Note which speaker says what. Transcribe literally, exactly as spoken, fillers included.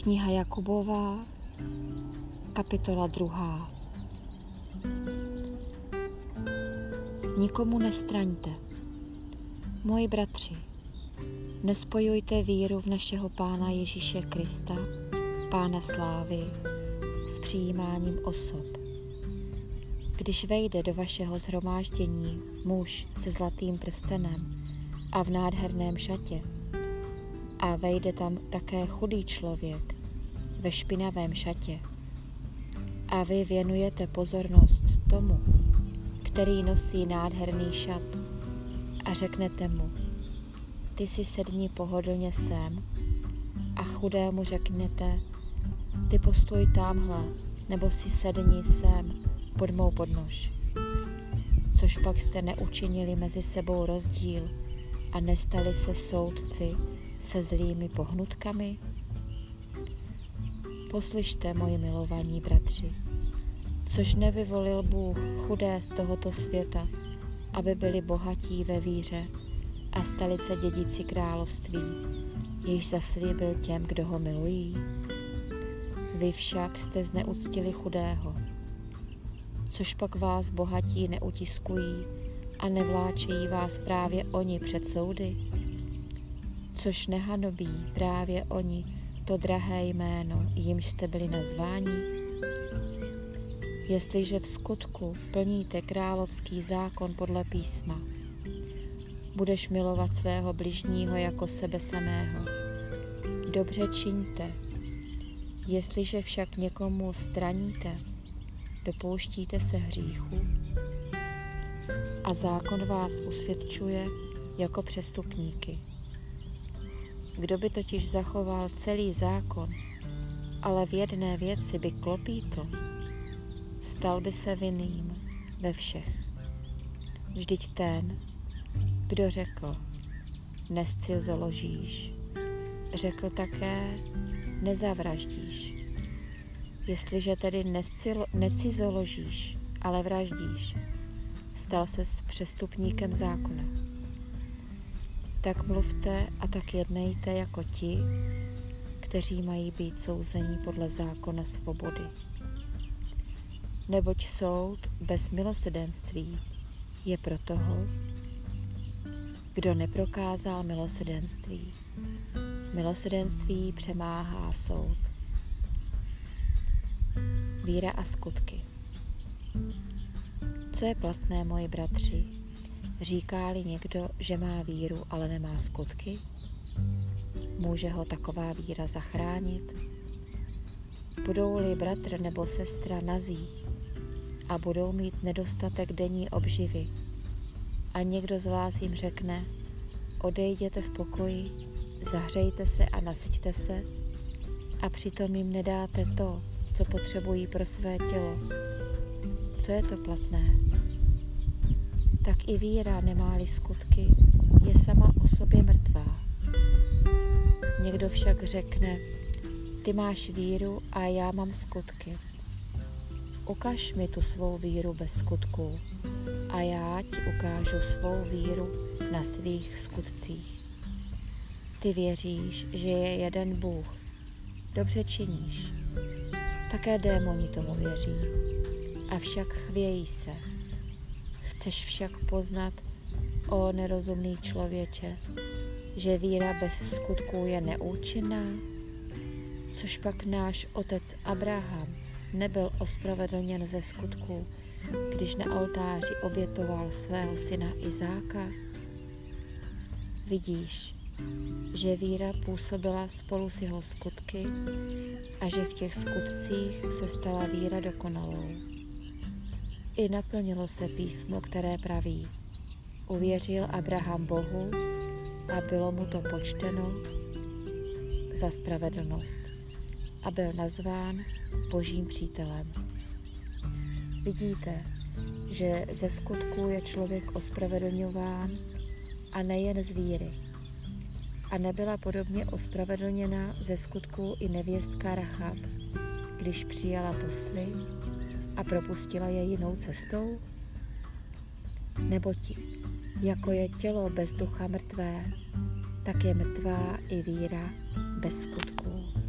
Speaker 1: Kniha Jakubova, kapitola druhá. Nikomu nestraňte. Moji bratři, nespojujte víru v našeho Pána Ježíše Krista, Pána slávy, s přijímáním osob. Když vejde do vašeho shromáždění muž se zlatým prstenem a v nádherném šatě, a vejde tam také chudý člověk ve špinavém šatě, a vy věnujete pozornost tomu, který nosí nádherný šat, a řeknete mu, ty si sedni pohodlně sem, a chudému řeknete, ty postoj támhle, nebo si sedni sem pod mou podnož. Což pak jste neučinili mezi sebou rozdíl a nestali se soudci se zlými pohnutkami? Poslyšte, moji milovaní bratři, což nevyvolil Bůh chudé z tohoto světa, aby byli bohatí ve víře a stali se dědici království, jež zaslíbil těm, kdo ho milují? Vy však jste zneuctili chudého. Což pak vás bohatí neutiskují a nevláčejí vás právě oni před soudy? Což nehanobí právě oni to drahé jméno, jimž jste byli nazváni? Jestliže v skutku plníte královský zákon podle písma, budeš milovat svého bližního jako sebe samého. Dobře čiňte. Jestliže však někomu straníte, dopouštíte se hříchu a zákon vás usvědčuje jako přestupníky. Kdo by totiž zachoval celý zákon, ale v jedné věci by klopítl, stal by se vinným ve všech. Vždyť ten, kdo řekl, nescizoložíš, řekl také, nezavraždíš. Jestliže tedy necizoložíš, ale vraždíš, stal se s přestupníkem zákona. Tak mluvte a tak jednejte jako ti, kteří mají být souzeni podle zákona svobody. Neboť soud bez milosrdenství je pro toho, kdo neprokázal milosrdenství. Milosrdenství přemáhá soud. Víra a skutky. Co je platné, moji bratři? Říká-li někdo, že má víru, ale nemá skutky? Může ho taková víra zachránit? Budou-li bratr nebo sestra nazí a budou mít nedostatek denní obživy a někdo z vás jim řekne, odejděte v pokoji, zahřejte se a nasyťte se, a přitom jim nedáte to, co potřebují pro své tělo. Co je to platné? Tak i víra, nemá-li skutky, je sama o sobě mrtvá. Někdo však řekne, ty máš víru a já mám skutky. Ukaž mi tu svou víru bez skutků a já ti ukážu svou víru na svých skutcích. Ty věříš, že je jeden Bůh. Dobře činíš. Také démoni tomu věří. Avšak chvějí se. Chceš však poznat, o nerozumný člověče, že víra bez skutků je neúčinná? Což pak náš otec Abraham nebyl ospravedlněn ze skutků, když na oltáři obětoval svého syna Izáka? Vidíš, že víra působila spolu s jeho skutky a že v těch skutcích se stala víra dokonalou. I naplnilo se písmo, které praví, uvěřil Abraham Bohu a bylo mu to počteno za spravedlnost a byl nazván Božím přítelem. Vidíte, že ze skutků je člověk ospravedlňován a nejen z víry. A nebyla podobně ospravedlněna ze skutků i nevěstka Rachab, když přijala posly a propustila je jinou cestou? Neboť jako je tělo bez ducha mrtvé, tak je mrtvá i víra bez skutků.